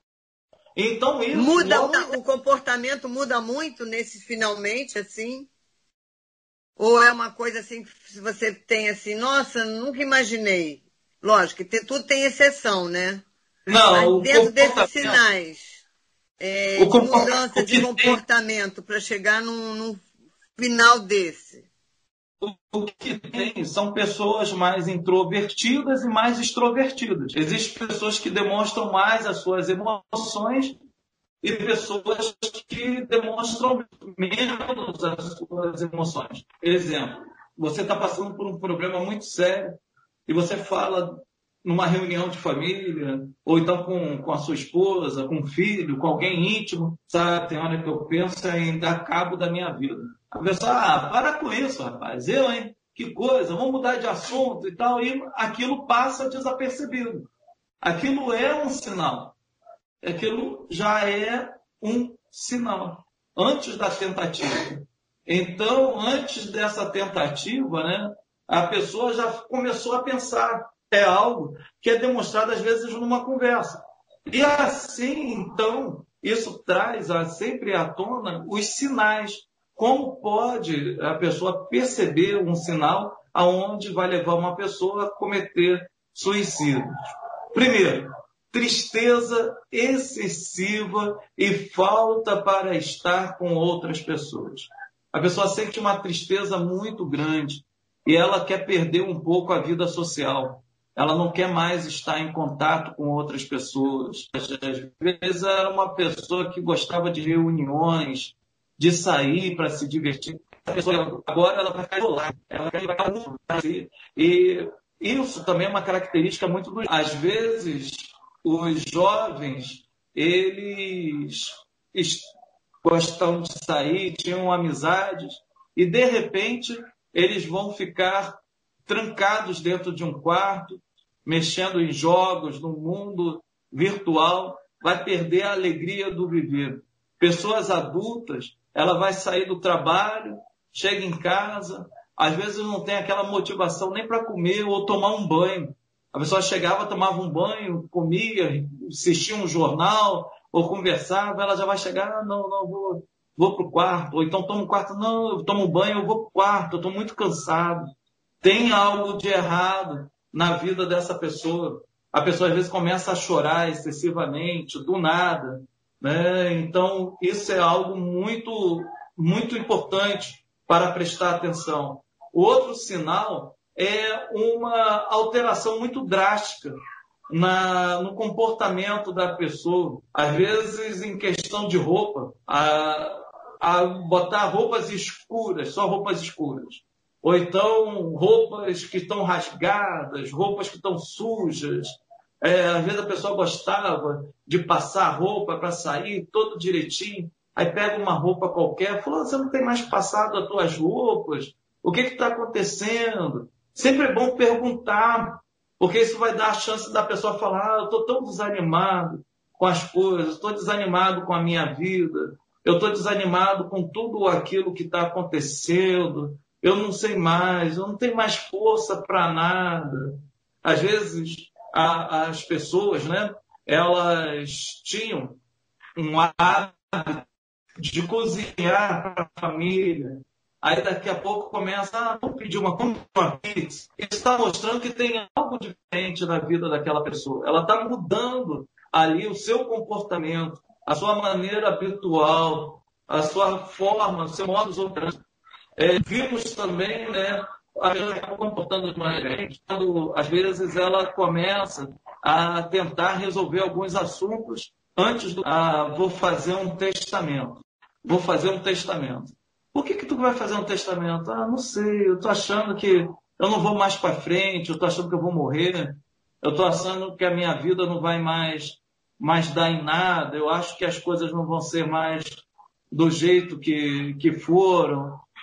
Então isso muda logo... o comportamento muda muito nesse finalmente assim? Ou é uma coisa assim que você tem assim, nossa, nunca imaginei. Lógico que tudo tem exceção, né? Não, mas dentro desses sinais é, o de mudança de comportamento tem... para chegar num, num final desse. O que tem são pessoas mais introvertidas e mais extrovertidas. Existem pessoas que demonstram mais as suas emoções e pessoas que demonstram menos as suas emoções. Exemplo, você está passando por um problema muito sério e você fala numa reunião de família, ou então com, com a sua esposa, com o filho, com alguém íntimo, sabe? Tem hora que eu penso em dar cabo da minha vida. A pessoa, ah, para com isso, rapaz, eu, hein? Que coisa, vamos mudar de assunto e tal, e aquilo passa desapercebido. Aquilo é um sinal. Aquilo já é um sinal, antes da tentativa. Então, antes dessa tentativa, né, a pessoa já começou a pensar. É algo que é demonstrado, às vezes, numa conversa. E assim, então, isso traz sempre à tona os sinais. Como pode a pessoa perceber um sinal aonde vai levar uma pessoa a cometer suicídio? Primeiro, tristeza excessiva e falta para estar com outras pessoas. A pessoa sente uma tristeza muito grande e ela quer perder um pouco a vida social. Ela não quer mais estar em contato com outras pessoas. Às vezes era uma pessoa que gostava de reuniões, de sair para se divertir. A pessoa, agora ela vai ficar isolada. Ela vai ficar muito assim. E isso também é uma característica muito do... Às vezes, os jovens, eles gostam de sair, tinham amizades, e de repente eles vão ficar trancados dentro de um quarto, mexendo em jogos, no mundo virtual, vai perder a alegria do viver. Pessoas adultas, ela vai sair do trabalho, chega em casa, às vezes não tem aquela motivação nem para comer ou tomar um banho. A pessoa chegava, tomava um banho, comia, assistia um jornal ou conversava, ela já vai chegar, ah, não, não, vou, vou para o quarto. Ou então toma um quarto, não, eu tomo um banho, eu vou para o quarto, eu estou muito cansado. Tem algo de errado na vida dessa pessoa. A pessoa às vezes começa a chorar excessivamente, do nada, né? Então, isso é algo muito, muito importante para prestar atenção. O outro sinal é uma alteração muito drástica na, no comportamento da pessoa. Às vezes, em questão de roupa, a, a botar roupas escuras, só roupas escuras. Ou então roupas que estão rasgadas, roupas que estão sujas. É, às vezes a pessoa gostava de passar a roupa para sair todo direitinho. Aí pega uma roupa qualquer, fala, você não tem mais passado as tuas roupas? O que está acontecendo? Sempre é bom perguntar, porque isso vai dar a chance da pessoa falar, ah, eu estou tão desanimado com as coisas, estou desanimado com a minha vida, eu estou desanimado com tudo aquilo que está acontecendo. Eu não sei mais, eu não tenho mais força para nada. Às vezes, a, as pessoas, né, elas tinham um hábito de cozinhar para a família. Aí daqui a pouco começa, ah, vamos pedir uma, uma pizza. Isso está mostrando que tem algo diferente na vida daquela pessoa. Ela está mudando ali o seu comportamento, a sua maneira habitual, a sua forma, o seu modus operandi. É, vimos também, né, a pessoa acaba comportando mais gente, quando às vezes ela começa a tentar resolver alguns assuntos antes do. Ah, vou fazer um testamento. Vou fazer um testamento. Por que que tu vai fazer um testamento? Ah, não sei, eu tô achando que eu não vou mais para frente, eu tô achando que eu vou morrer, eu tô achando que a minha vida não vai mais, mais dar em nada, eu acho que as coisas não vão ser mais do jeito que, que foram.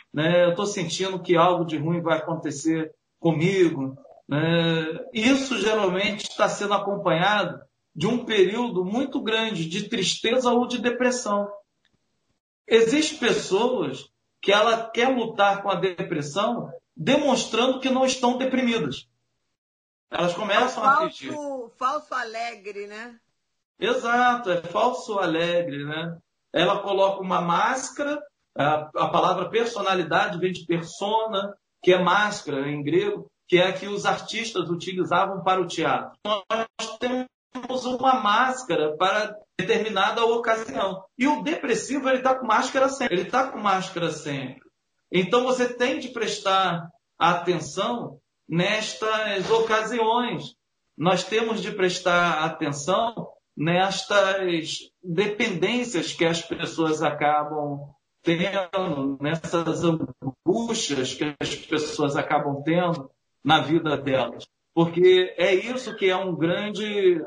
né? Eu estou sentindo que algo de ruim vai acontecer comigo. Né? Isso geralmente está sendo acompanhado de um período muito grande de tristeza ou de depressão. Existem pessoas que ela quer lutar com a depressão demonstrando que não estão deprimidas. Elas começam a fingir. Falso, falso alegre, né? Exato, é falso alegre, né? Ela coloca uma máscara, a, a palavra personalidade vem de persona, que é máscara em grego, que é a que os artistas utilizavam para o teatro. Nós temos uma máscara para determinada ocasião. E o depressivo, ele está com máscara sempre. Ele está com máscara sempre. Então, você tem de prestar atenção nestas ocasiões. Nós temos de prestar atenção nestas dependências que as pessoas acabam tendo, nessas angústias que as pessoas acabam tendo na vida delas. Porque é isso que é um grande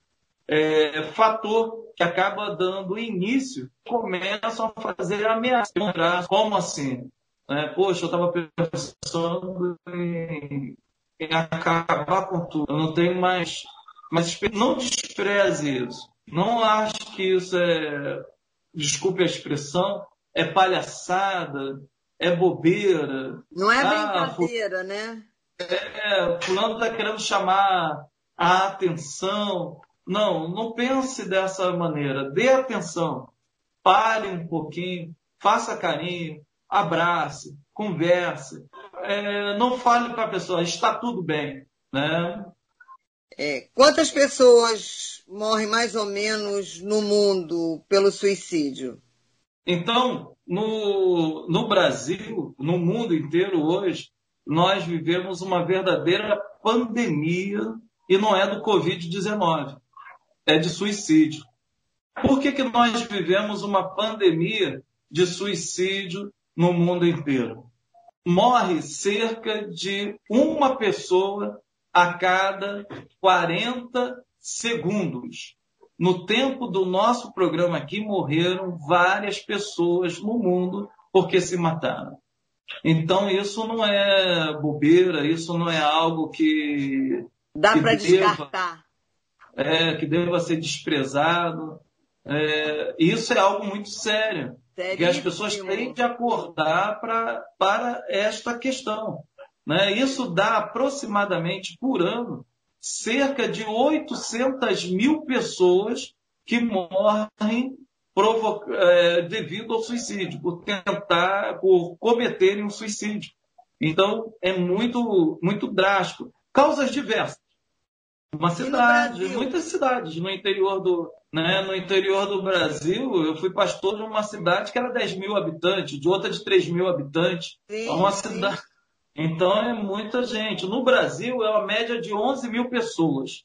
é, fator que acaba dando início, começam a fazer ameaças. Como assim? É, poxa, eu estava pensando em, em acabar com tudo. Eu não tenho mais... Mas não despreze isso. Não ache que isso é, desculpe a expressão, é palhaçada, é bobeira. Não é ah, brincadeira, né? É, fulano está querendo chamar a atenção. Não, não pense dessa maneira. Dê atenção. Pare um pouquinho, faça carinho, abrace, converse. É, não fale para a pessoa, está tudo bem, né? É, quantas pessoas morrem mais ou menos no mundo pelo suicídio? Então, no, no Brasil, no mundo inteiro hoje, nós vivemos uma verdadeira pandemia, e não é do covid dezenove, é de suicídio. Por que que nós vivemos uma pandemia de suicídio no mundo inteiro? Morre cerca de uma pessoa a cada quarenta segundos. No tempo do nosso programa aqui, morreram várias pessoas no mundo porque se mataram. Então, isso não é bobeira, isso não é algo que... Dá para descartar. É, que deva ser desprezado. É, isso é algo muito sério. Seríssimo. Que as pessoas têm de acordar pra, para esta questão. Né? Isso dá aproximadamente por ano cerca de oitocentas mil pessoas que morrem provo- é, devido ao suicídio, por tentar, por cometerem um suicídio. Então, é muito, muito drástico. Causas diversas. Uma cidade, muitas cidades no interior do, né, no interior do Brasil, eu fui pastor de uma cidade que era dez mil habitantes, de outra de três mil habitantes. Sim, é uma sim. cidade. Então é muita gente. No Brasil é uma média de onze mil pessoas,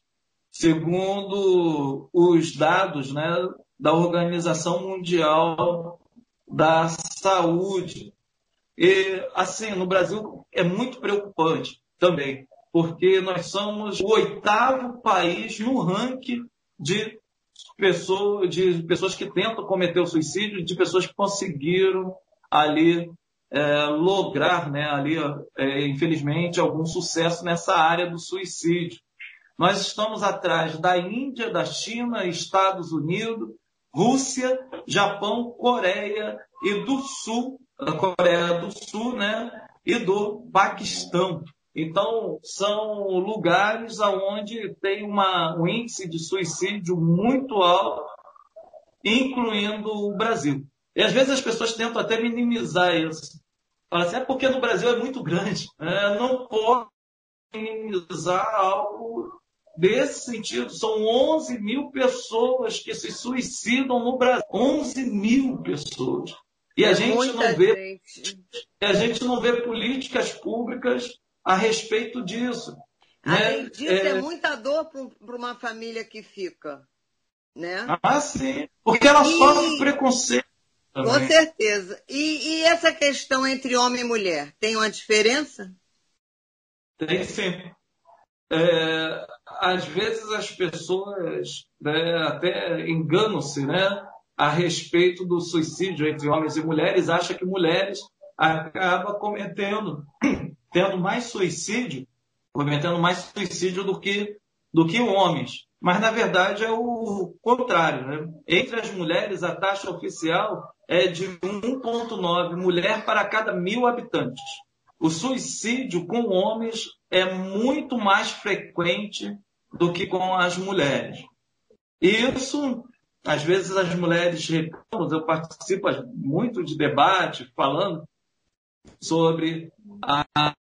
segundo os dados, né, da Organização Mundial da Saúde. E assim, no Brasil é muito preocupante também, porque nós somos o oitavo país no ranking de pessoas, de pessoas que tentam cometer o suicídio, de pessoas que conseguiram ali é, lograr, né, ali, é, infelizmente, algum sucesso nessa área do suicídio. Nós estamos atrás da Índia, da China, Estados Unidos, Rússia, Japão, Coreia e do Sul, da Coreia do Sul, né, e do Paquistão. Então, são lugares onde tem uma, um índice de suicídio muito alto, incluindo o Brasil. E às vezes as pessoas tentam até minimizar isso. Falam assim, é porque no Brasil é muito grande. É, não pode minimizar algo desse sentido. São onze mil pessoas que se suicidam no Brasil. onze mil pessoas. E a, É gente muita não vê, gente. e a gente não vê políticas públicas a respeito disso. Além Né? disso, É, é muita dor para uma família que fica, né? Ah, sim. Porque ela E- sofre preconceito Com também. certeza. E, e essa questão entre homem e mulher, tem uma diferença? Tem sim. É, às vezes as pessoas, né, até enganam-se, né, a respeito do suicídio entre homens e mulheres, acham que mulheres acaba cometendo, tendo mais suicídio, cometendo mais suicídio do que, do que homens. Mas, na verdade, é o contrário, né? Entre as mulheres, a taxa oficial é de um vírgula nove mulher para cada mil habitantes. O suicídio com homens é muito mais frequente do que com as mulheres. E isso, às vezes, as mulheres reclamam, eu participo muito de debate falando sobre a,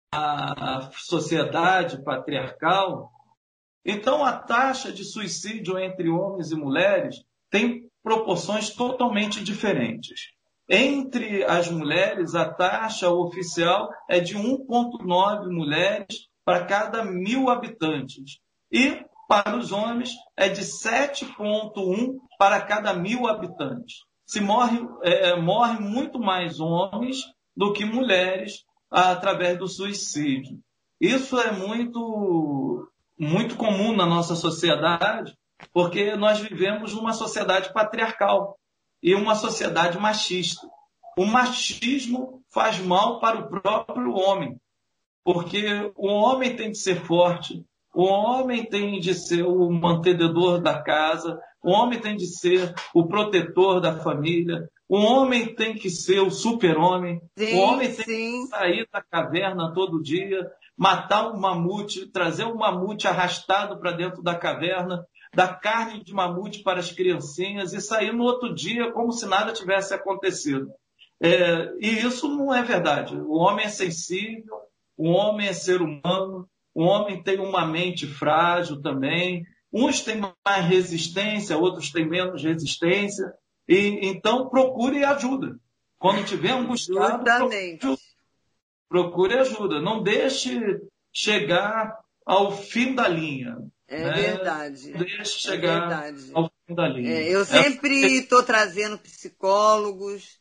a sociedade patriarcal. Então, a taxa de suicídio entre homens e mulheres tem proporções totalmente diferentes. Entre as mulheres, a taxa oficial é de um vírgula nove mulheres para cada mil habitantes. E, para os homens, é de sete vírgula um para cada mil habitantes. Se morre, é, morre muito mais homens do que mulheres através do suicídio. Isso é muito... muito comum na nossa sociedade, porque nós vivemos numa sociedade patriarcal e uma sociedade machista. O machismo faz mal para o próprio homem, porque o homem tem de ser forte, o homem tem de ser o mantenedor da casa, o homem tem de ser o protetor da família, o homem tem que ser o super-homem, o homem tem sim. que sair da caverna todo dia, matar um mamute, trazer um mamute arrastado para dentro da caverna, dar carne de mamute para as criancinhas e sair no outro dia como se nada tivesse acontecido. É, e isso não é verdade. O homem é sensível, o homem é ser humano, o homem tem uma mente frágil também. Uns têm mais resistência, outros têm menos resistência. E, então, procure ajuda. Quando tiver angustiado, procure ajuda. Procure ajuda, não deixe chegar ao fim da linha. É né? verdade. Não deixe chegar é verdade. ao fim da linha. É, eu sempre estou é... trazendo psicólogos,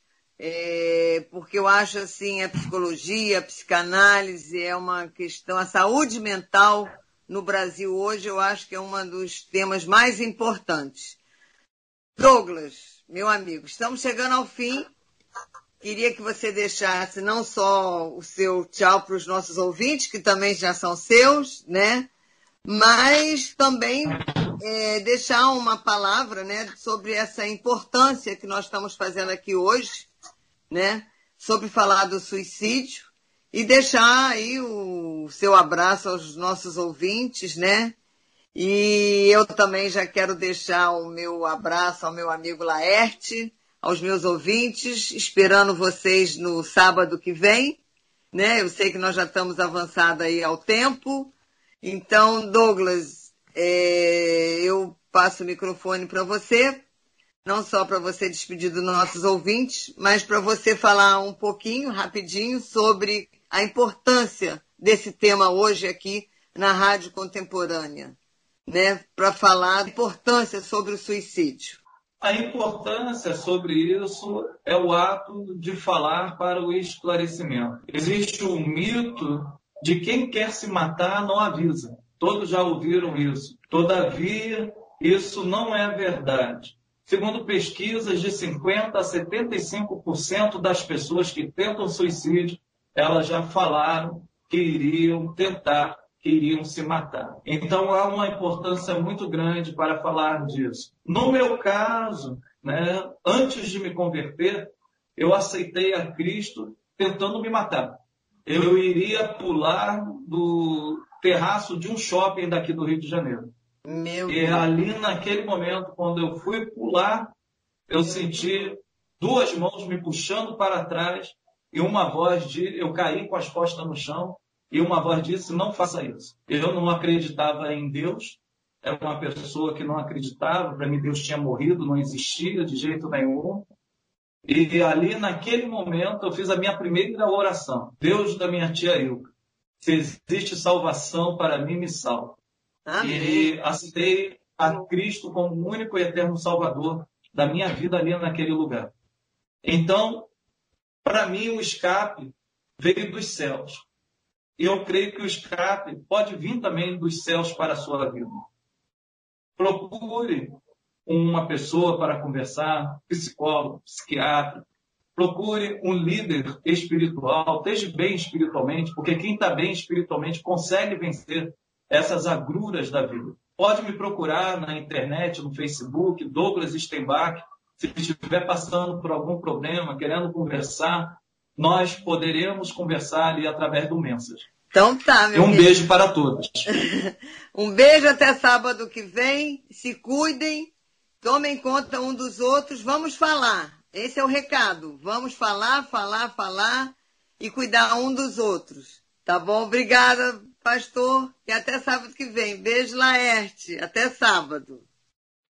é, porque eu acho assim, a psicologia, a psicanálise é uma questão, a saúde mental no Brasil hoje eu acho que é um dos temas mais importantes. Douglas, meu amigo, estamos chegando ao fim. Queria que você deixasse não só o seu tchau para os nossos ouvintes, que também já são seus, né? Mas também é, deixar uma palavra, né, sobre essa importância que nós estamos fazendo aqui hoje, né? Sobre falar do suicídio e deixar aí o seu abraço aos nossos ouvintes, né? E eu também já quero deixar o meu abraço ao meu amigo Laerte, aos meus ouvintes, esperando vocês no sábado que vem, né? Eu sei que nós já estamos avançados aí ao tempo. Então, Douglas, é, eu passo o microfone para você, não só para você despedir dos nossos ouvintes, mas para você falar um pouquinho, rapidinho, sobre a importância desse tema hoje aqui na Rádio Contemporânea, né? Para falar da importância sobre o suicídio. A importância sobre isso é o ato de falar para o esclarecimento. Existe o mito de quem quer se matar não avisa. Todos já ouviram isso. Todavia, isso não é verdade. Segundo pesquisas, de cinquenta por cento a setenta e cinco por cento das pessoas que tentam suicídio, elas já falaram que iriam tentar, que iriam se matar. Então, há uma importância muito grande para falar disso. No meu caso, né, antes de me converter, eu aceitei a Cristo tentando me matar. Eu iria pular do terraço de um shopping daqui do Rio de Janeiro. Meu e Deus. Ali, naquele momento, quando eu fui pular, eu senti duas mãos me puxando para trás e uma voz de... Eu caí com as costas no chão e uma voz disse, não faça isso. Eu não acreditava em Deus, era uma pessoa que não acreditava, para mim Deus tinha morrido, não existia de jeito nenhum. E ali, naquele momento, eu fiz a minha primeira oração. Deus da minha tia Ilka, se existe salvação para mim, me salva. Amém. E aceitei a Cristo como o único e eterno Salvador da minha vida ali naquele lugar. Então, para mim, o escape veio dos céus. E eu creio que o escape pode vir também dos céus para a sua vida. Procure uma pessoa para conversar, psicólogo, psiquiatra, procure um líder espiritual, esteja bem espiritualmente, porque quem está bem espiritualmente consegue vencer essas agruras da vida. Pode me procurar na internet, no Facebook, Douglas Stenbach, se estiver passando por algum problema, querendo conversar, nós poderemos conversar ali através do Mensas. Então tá, meu E um querido. beijo para todos. Um beijo até sábado que vem. Se cuidem, tomem conta um dos outros. Vamos falar. Esse é o recado. Vamos falar, falar, falar e cuidar um dos outros. Tá bom? Obrigada, pastor. E até sábado que vem. Beijo, Laerte. Até sábado.